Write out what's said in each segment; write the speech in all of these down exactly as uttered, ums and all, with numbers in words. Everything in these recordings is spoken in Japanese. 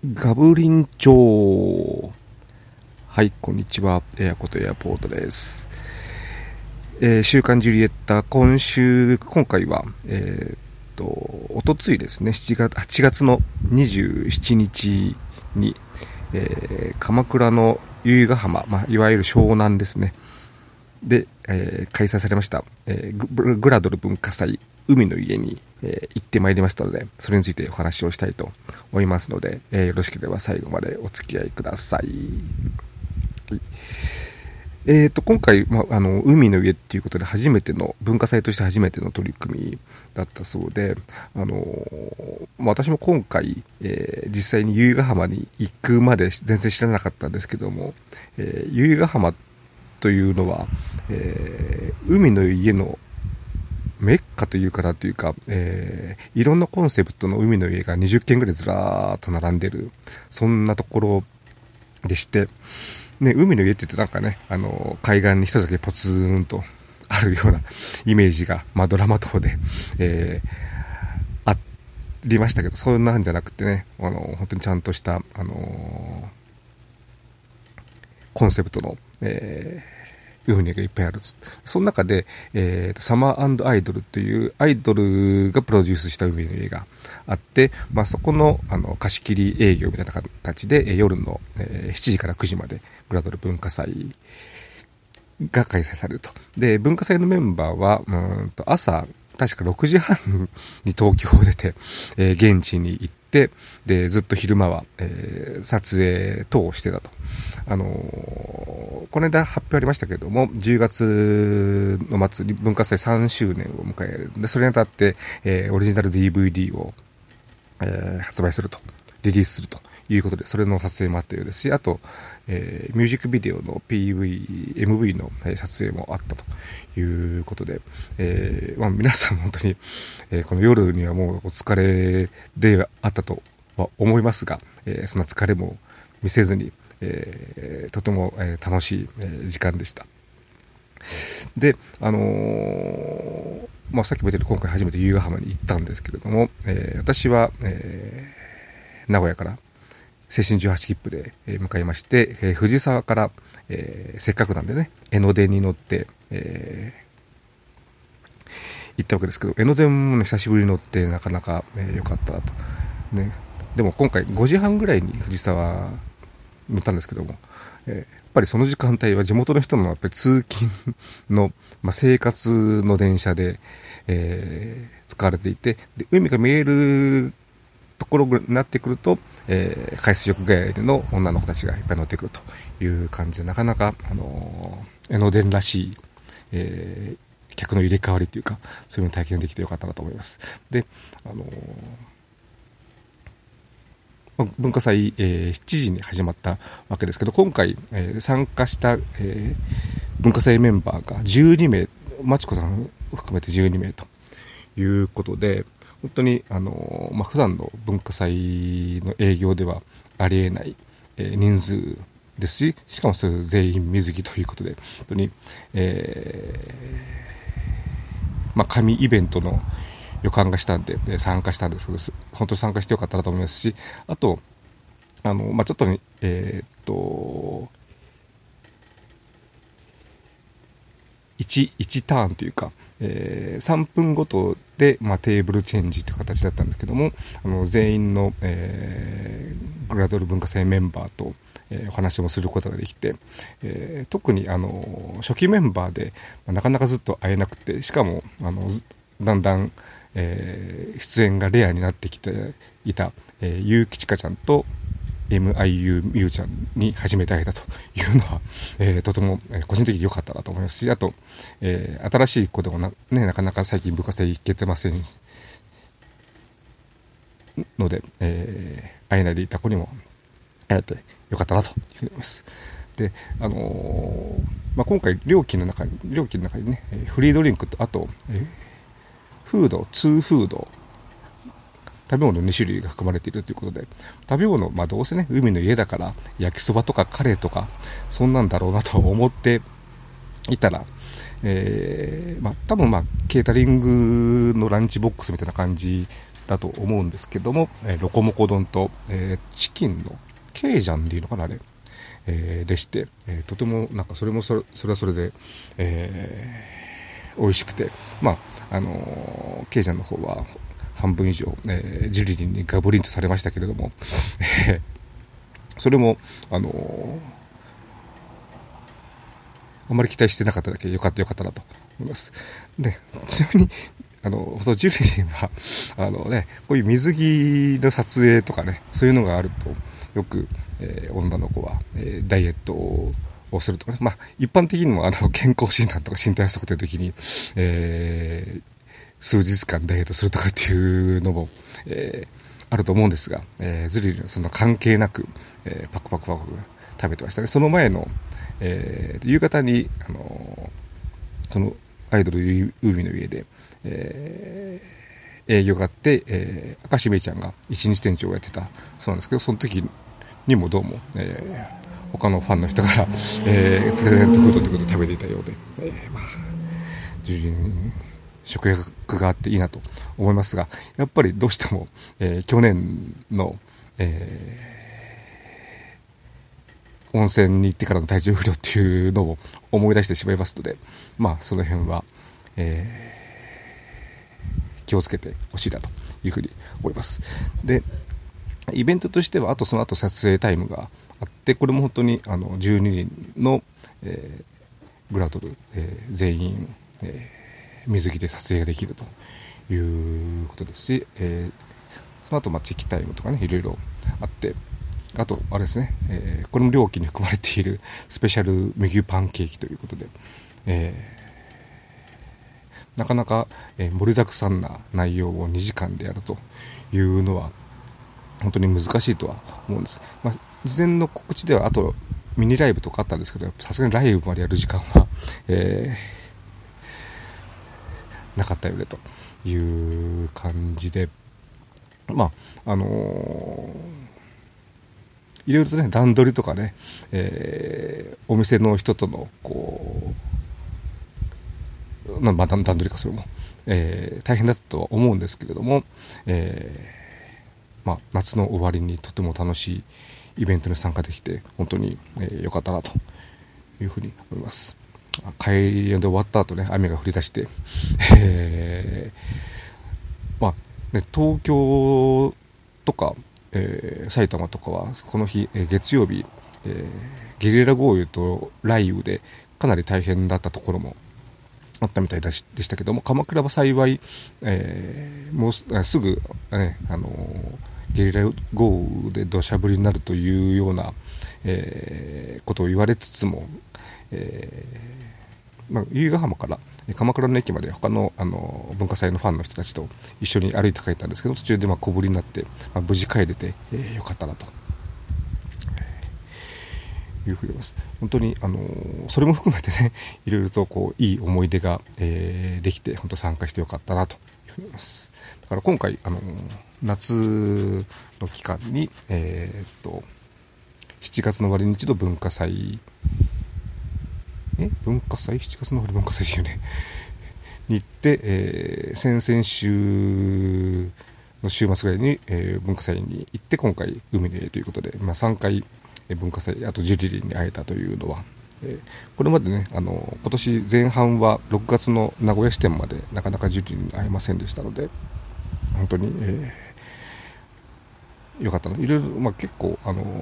ガブリン町。はい、こんにちは。エアコとエアポートです。えー、週刊ジュリエッタ、今週、今回は、えー、っと、おとついですね、しちがつ、はちがつのにじゅうしちにちに、えー、鎌倉の由比ヶ浜、まあ、いわゆる湘南ですね。で、えー、開催されました、えー、グ, グラドル文化祭海の家に、えー、行ってまいりましたので、それについてお話をしたいと思いますので、えー、よろしければ最後までお付き合いください。はい、えーと、今回、ま、あの、海の家っていうことで初めての、文化祭として初めての取り組みだったそうで、あのー、私も今回、えー、実際に由比ヶ浜に行くまで全然知らなかったんですけども、えー、由比ヶ浜というのは、えー、海の家のメッカというかなというか、えー、いろんなコンセプトの海の家がにじゅっけんぐらいずらーっと並んでる、そんなところでして、ね、海の家って言ってなんかね、あの、海岸に一つだけポツンとあるようなイメージが、まあドラマ等で、えー、ありましたけど、そんなんじゃなくてね、あの、本当にちゃんとした、あのー、コンセプトの、えー、海の家がいっぱいある。その中で、えー、サマー&アイドルというアイドルがプロデュースした海の家があって、まあ、そこの、あの貸し切り営業みたいな形で、夜の、えー、しちじからくじまでグラドル文化祭が開催されると。で、文化祭のメンバーは、うんと朝、確かろくじはんに東京を出て、えー、現地に行って、で、ずっと昼間は、えー、撮影等をしてたと。あのー、この間発表ありましたけれども、じゅうがつの末に文化祭さんしゅうねんを迎えるんで、それにあたって、えー、オリジナル ディーブイディー を、えー、発売すると、リリースするということで、それの撮影もあったようですし、あと、えー、ミュージックビデオの ピーブイ、エムブイ の、えー、撮影もあったということで、えーまあ、皆さん本当に、えー、この夜にはもうお疲れであったとは思いますが、えー、そんな疲れも見せずに、えー、とても、えー、楽しい、えー、時間でした。で、あのーまあ、さっきも言ったように今回初めて由比ヶ浜に行ったんですけれども、えー、私は、えー、名古屋から青春じゅうはち切符で向かいまして、えー、藤沢から、えー、せっかくなんでね、江ノ電に乗って、えー、行ったわけですけど、江ノ電も、ね、久しぶりに乗ってなかなか良、えー、かったなと、ね。でも今回ごじはんぐらいに藤沢乗ったんですけども、えー、やっぱりその時間帯は地元の人のやっぱり通勤の、まあ、生活の電車で、えー、使われていて、で海が見えるところになってくると、えー、海水浴帰りの女の子たちがいっぱい乗ってくるという感じで、なかなか、あのー、江ノ電らしい、えー、客の入れ替わりというか、そういうのを体験できてよかったなと思います。で、あのー文化祭、えー、しちじに始まったわけですけど、今回、えー、参加した、えー、文化祭メンバーがじゅうにめい、まちこさん含めてじゅうにめいということで、本当に、あのーまあ、普段の文化祭の営業ではありえない、えー、人数ですし、しかもそれ全員水着ということで、本当に、えーまあ、神イベントの予感がしたんで、えー、参加したんですけど、本当に参加してよかったなと思いますし、あと、あの、まあ、ちょっとね、えー、っと、1、1ターンというか、えー、さんぷんごとで、まあ、テーブルチェンジという形だったんですけども、あの全員の、えー、グラドル文化祭メンバーと、えー、お話もすることができて、えー、特にあの初期メンバーで、まあ、なかなかずっと会えなくて、しかもあのだんだん、えー、出演がレアになってきていた、えー、結城ちかちゃんと エムアイユー みゆちゃんに初めて会えたというのは、えー、とても、えー、個人的に良かったなと思いますし、あと、えー、新しい子でも な,、ね、なかなか最近部活で行けてませんので、えー、会えないでいた子にも会えて良かったなというふうに思います。で、あのーまあ、今回料金の中に料金の中にね、フリードリンクと、あと、えー、フード、ツーフード、食べ物に種類が含まれているということで、食べ物、まあどうせね、海の家だから焼きそばとかカレーとかそんなんだろうなと思っていたら、えー、まあ多分まあケータリングのランチボックスみたいな感じだと思うんですけども、えー、ロコモコ丼と、えー、チキンのケイジャンでいうのかなあれ、えー、でして、えー、とてもなんかそれもそれ、それはそれで、えー、美味しくて、まああのー、ケイジャンの方は半分以上、えー、ジュリリンにガブリンとされましたけれども、えー、それもあのー、あまり期待してなかっただけよかったよかったなと思います。で、ちなみにあのそのジュリリンはあのねこういう水着の撮影とかねそういうのがあるとよく、えー、女の子は、えー、ダイエットをするとかね、まあ一般的にもあの健康診断とか身体測定の時に、えー、数日間ダイエットするとかっていうのも、えー、あると思うんですが、えー、ジュリリンはそんな関係なく、えー、パクパクパク食べてましたね。その前の、えー、夕方にあのそのアイドル海の家で、えー、営業があって、えー、明石芽衣ちゃんが一日店長をやってたそうなんですけど、その時にもどうも、えー、他のファンの人から、えー、プレゼントフードということで食べていたようで、えー、まあ十分食欲があっていいなと思いますが、やっぱりどうしても、えー、去年の、えー温泉に行ってからの体調不良っていうのを思い出してしまいますので、まあその辺は、えー、気をつけてほしいなというふうに思います。で、イベントとしてはあとその後撮影タイムがあって、これも本当にあのじゅうににんの、えー、グラドル、えー、全員、えー、水着で撮影ができるということですし、えー、その後まあチェキタイムとかねいろいろあって、あとあれですね、えー、これも料金に含まれているスペシャルメギュパンケーキということで、えー、なかなか、えー、盛りだくさんな内容をにじかんでやるというのは本当に難しいとは思うんです。まあ、事前の告知ではあとミニライブとかあったんですけど、さすがにライブまでやる時間は、えー、なかったよねという感じで、まああのーいろいろとね段取りとかね、えー、お店の人とのこう、まあ、段取りかそれも、えー、大変だったとは思うんですけれども、えーまあ、夏の終わりにとても楽しいイベントに参加できて本当に良、えー、かったなというふうに思います。帰りで終わった後ね雨が降り出して、えー、まあね東京とかえー、埼玉とかはこの日、えー、月曜日、えー、ゲリラ豪雨と雷雨でかなり大変だったところもあったみたいでしたけども、鎌倉は幸い、えー、もうすぐ、ねあのー、ゲリラ豪雨で土砂降りになるというような、えー、ことを言われつつも、えーまあ、由比ヶ浜から鎌倉の駅まで他の、あの文化祭のファンの人たちと一緒に歩いて帰ったんですけど、途中でまあ小降りになって、まあ、無事帰れて、えー、よかったなと、えー、いうふうに思います。本当に、あのー、それも含めてねいろいろとこういい思い出が、えー、できて本当参加してよかったなというふうに思います。だから今回、あのー、夏の期間に、えー、っとしちがつの終わりに一度文化祭え文化祭しちがつの終わり文化祭ですよねに行って、えー、先々週の週末ぐらいに、えー、文化祭に行って今回海の家ということで、まあ、さんかい文化祭あとジュリリンに会えたというのは、えー、これまでねあの今年前半はろくがつの名古屋支店までなかなかジュリリンに会えませんでしたので本当に、えー、よかったな。いろいろ、まあ、結構あの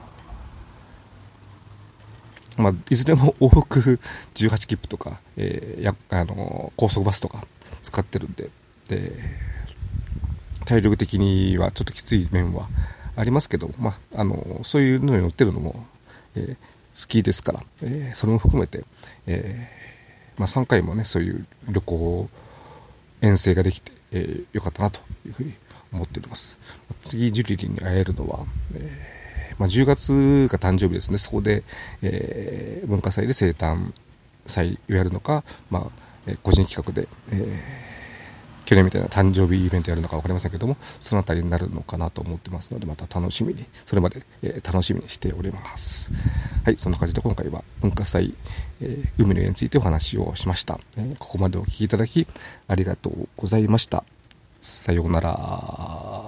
まあ、いずれも往復じゅうはちきっぷとか、えー、やあの高速バスとか使ってるんで、で体力的にはちょっときつい面はありますけど、まあ、あのそういうのに乗ってるのも、えー、好きですから、えー、それも含めて、えーまあ、さんかいもねそういう旅行遠征ができて、えー、よかったなというふうに思っております。次ジュリリンに会えるのは、えーまあ、じゅうがつが誕生日ですね。そこで、えー、文化祭で生誕祭をやるのか、まあえー、個人企画で、えー、去年みたいな誕生日イベントやるのか分かりませんけども、そのあたりになるのかなと思ってますので、また楽しみにそれまで、えー、楽しみにしております。はい、そんな感じで今回は文化祭、えー、海の家についてお話をしました。えー、ここまでお聞きいただきありがとうございました。 さようなら。